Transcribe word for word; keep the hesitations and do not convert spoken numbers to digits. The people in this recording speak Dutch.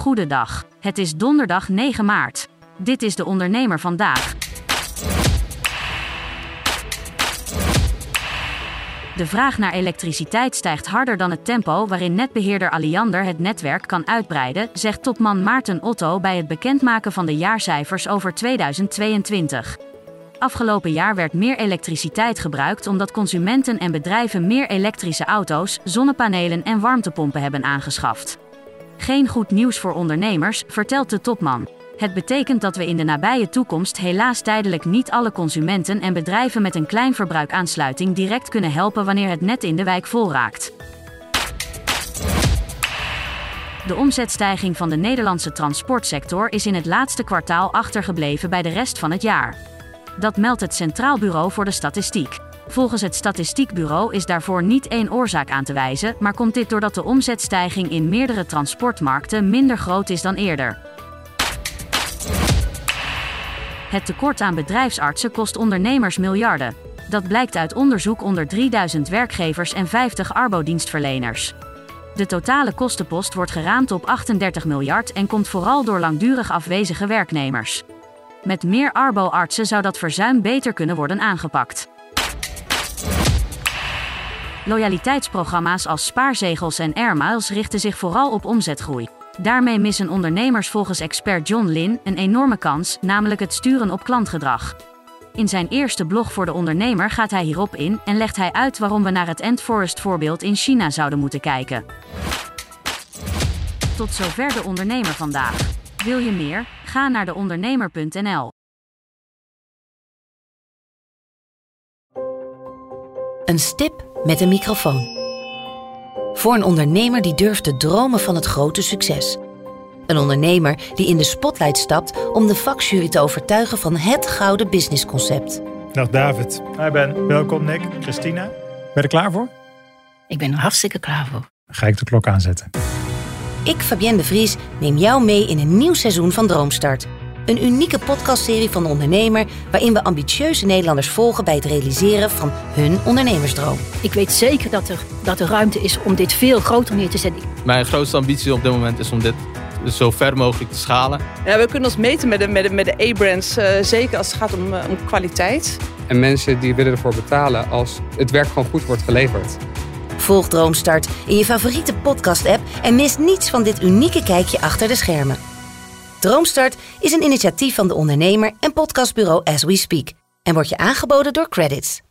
Goedendag. Het is donderdag negen maart. Dit is de Ondernemer vandaag. De vraag naar elektriciteit stijgt harder dan het tempo waarin netbeheerder Alliander het netwerk kan uitbreiden, zegt topman Maarten Otto bij het bekendmaken van de jaarcijfers over tweeduizend tweeëntwintig. Afgelopen jaar werd meer elektriciteit gebruikt omdat consumenten en bedrijven meer elektrische auto's, zonnepanelen en warmtepompen hebben aangeschaft. Geen goed nieuws voor ondernemers, vertelt de topman. Het betekent dat we in de nabije toekomst helaas tijdelijk niet alle consumenten en bedrijven met een kleinverbruikaansluiting direct kunnen helpen wanneer het net in de wijk vol raakt. De omzetstijging van de Nederlandse transportsector is in het laatste kwartaal achtergebleven bij de rest van het jaar. Dat meldt het Centraal Bureau voor de Statistiek. Volgens het Statistiekbureau is daarvoor niet één oorzaak aan te wijzen, maar komt dit doordat de omzetstijging in meerdere transportmarkten minder groot is dan eerder. Het tekort aan bedrijfsartsen kost ondernemers miljarden. Dat blijkt uit onderzoek onder drieduizend werkgevers en vijftig arbodienstverleners. De totale kostenpost wordt geraamd op achtendertig miljard en komt vooral door langdurig afwezige werknemers. Met meer arbo-artsen zou dat verzuim beter kunnen worden aangepakt. Loyaliteitsprogramma's als spaarzegels en airmiles richten zich vooral op omzetgroei. Daarmee missen ondernemers volgens expert John Lin een enorme kans, namelijk het sturen op klantgedrag. In zijn eerste blog voor de ondernemer gaat hij hierop in en legt hij uit waarom we naar het Ant Forest voorbeeld in China zouden moeten kijken. Tot zover de Ondernemer vandaag. Wil je meer? Ga naar de ondernemer punt n l. Een stip met een microfoon. Voor een ondernemer die durft te dromen van het grote succes. Een ondernemer die in de spotlight stapt om de vakjury te overtuigen van het gouden businessconcept. Dag David. Hi Ben. Welkom Nick. Christina. Ben je er klaar voor? Ik ben er hartstikke klaar voor. Dan ga ik de klok aanzetten. Ik, Fabienne de Vries, neem jou mee in een nieuw seizoen van Droomstart. Een unieke podcastserie van de ondernemer waarin we ambitieuze Nederlanders volgen bij het realiseren van hun ondernemersdroom. Ik weet zeker dat er, dat er ruimte is om dit veel groter neer te zetten. Mijn grootste ambitie op dit moment is om dit zo ver mogelijk te schalen. Ja, we kunnen ons meten met de, met de, met de A-brands, uh, zeker als het gaat om, uh, om kwaliteit. En mensen die willen ervoor betalen als het werk gewoon goed wordt geleverd. Volg Droomstart in je favoriete podcast-app en mis niets van dit unieke kijkje achter de schermen. Droomstart is een initiatief van de ondernemer en podcastbureau As We Speak en wordt je aangeboden door Credits.